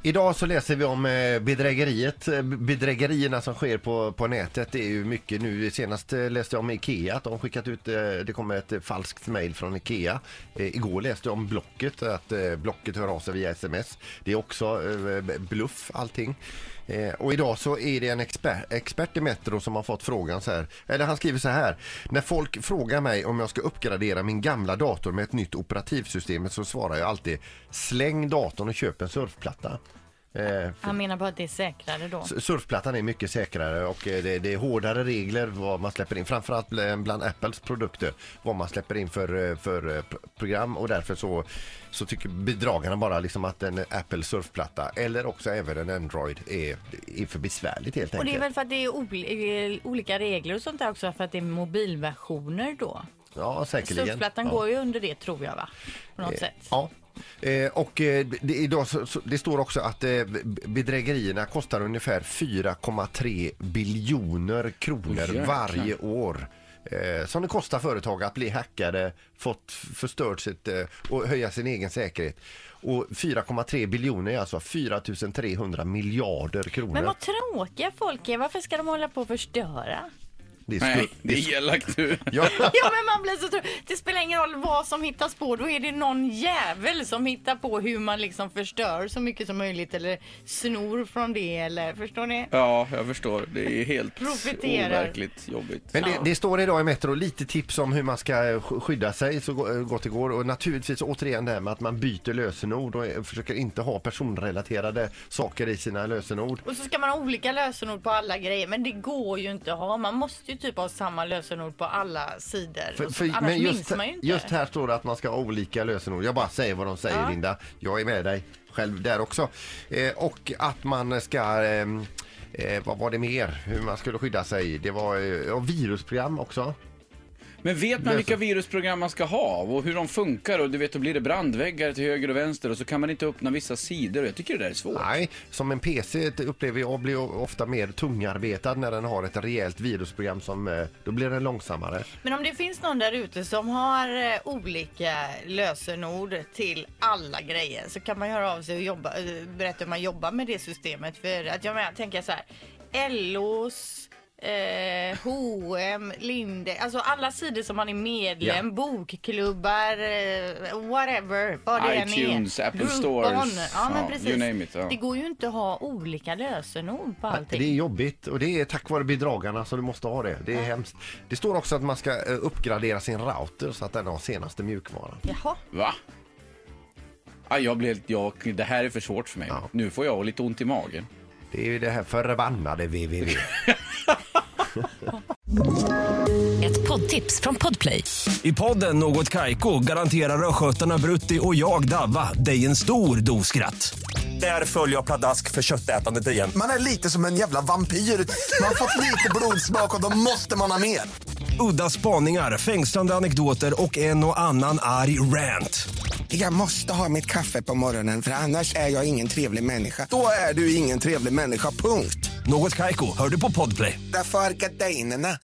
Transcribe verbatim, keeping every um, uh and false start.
Idag så läser vi om bedrägeriet, bedrägerierna som sker på, på nätet. Det är ju mycket nu. Senast läste jag om Ikea att de skickat ut, det kommer ett falskt mejl från Ikea. Igår läste jag om Blocket, att Blocket hör av sig via sms. Det är också bluff allting. Och idag så är det en expert, expert i Metro som har fått frågan så här. Eller han skriver så här: när folk frågar mig om jag ska uppgradera min gamla dator med ett nytt operativsystem så svarar jag alltid: släng datorn och köp en surfplatta. Eh, Han menar bara att det är säkrare då. Surfplattan är mycket säkrare och det, det är hårdare regler vad man släpper in, framförallt bland Apples produkter, vad man släpper in för, för program, och därför så, så tycker bedragarna bara liksom att en Apple surfplatta eller också även en Android är, är för besvärligt helt enkelt. Och det är väl för att det är ol- olika regler och sånt där också, för att det är mobilversioner då. Ja, säkerligen. Surfplattan ja. går ju under det, tror jag, va? På något eh, sätt. Ja. Eh, och eh, det, idag så, så, det står också att eh, bedrägerierna kostar ungefär fyra komma tre biljoner kronor oh, varje år. Eh, som det kostar företag att bli hackade, fått förstört sitt eh, och höja sin egen säkerhet. Och fyra komma tre biljoner är alltså fyra tusen trehundra miljarder kronor. Men vad tråkiga folk är. Varför ska de hålla på att förstöra? Det är Nej, det är elakt du. Ja. Ja, men man blir så tro- det spelar ingen roll vad som hittas på. Då är det någon jävel som hittar på hur man liksom förstör så mycket som möjligt eller snor från det, eller förstår ni? Ja, jag förstår. Det är helt Profiterar. overkligt jobbigt. Men det, det står idag i Metro lite tips om hur man ska skydda sig så gott det går, och naturligtvis återigen det här med att man byter lösenord och försöker inte ha personrelaterade saker i sina lösenord. Och så ska man ha olika lösenord på alla grejer, men det går ju inte att ha. Man måste ju typ ha samma lösenord på alla sidor. För, så, för, annars men just, minns man ju inte. Just här står det att man ska ha olika lösenord. Jag bara säger vad de säger, ja. Linda. Jag är med dig själv där också. Eh, och att man ska... Eh, eh, vad var det mer? Hur man skulle skydda sig. Det var eh, virusprogram också. Men vet man vilka virusprogram man ska ha och hur de funkar, och du vet, då blir det brandväggar till höger och vänster och så kan man inte öppna vissa sidor. Jag tycker det där är svårt. Nej, som en P C upplever jag blir ofta mer tungarbetad när den har ett rejält virusprogram som, då blir den långsammare. Men om det finns någon där ute som har eh, olika lösenord till alla grejer, så kan man göra av sig och jobba, berätta hur man jobbar med det systemet. För att jag menar, tänker så här, L O's Eh, H och M, Linde, alltså alla sidor som man är medlem, ja. Bokklubbar, eh, whatever, vad det iTunes, än är. Apple Groupon. Stores, ja, men ja, precis. you name it, ja. Det går ju inte att ha olika lösenord på allting. Det är jobbigt, och det är tack vare bedragarna så du måste ha det. Det är ja. hemskt. Det står också att man ska uppgradera sin router så att den har senaste mjukvaran. Jaha. Va? Ah, jag blir helt, jag, det här är för svårt för mig. Ja. Nu får jag lite ont i magen. Det är ju det här förbannade www. Ett poddtips från Podplay. I podden Något Kaiko garanterar röskötarna Brutti och jag Davva dig en stor doskratt. Där följer jag pladask för köttätandet igen. Man är lite som en jävla vampyr. Man har fått lite blodsmak och då måste man ha mer. Udda spaningar, fängslande anekdoter och en och annan arg rant. Jag måste ha mitt kaffe på morgonen, för annars är jag ingen trevlig människa. Då är du ingen trevlig människa, punkt. Något Kaiko, hör du på Podplay. Därför är gardinerna.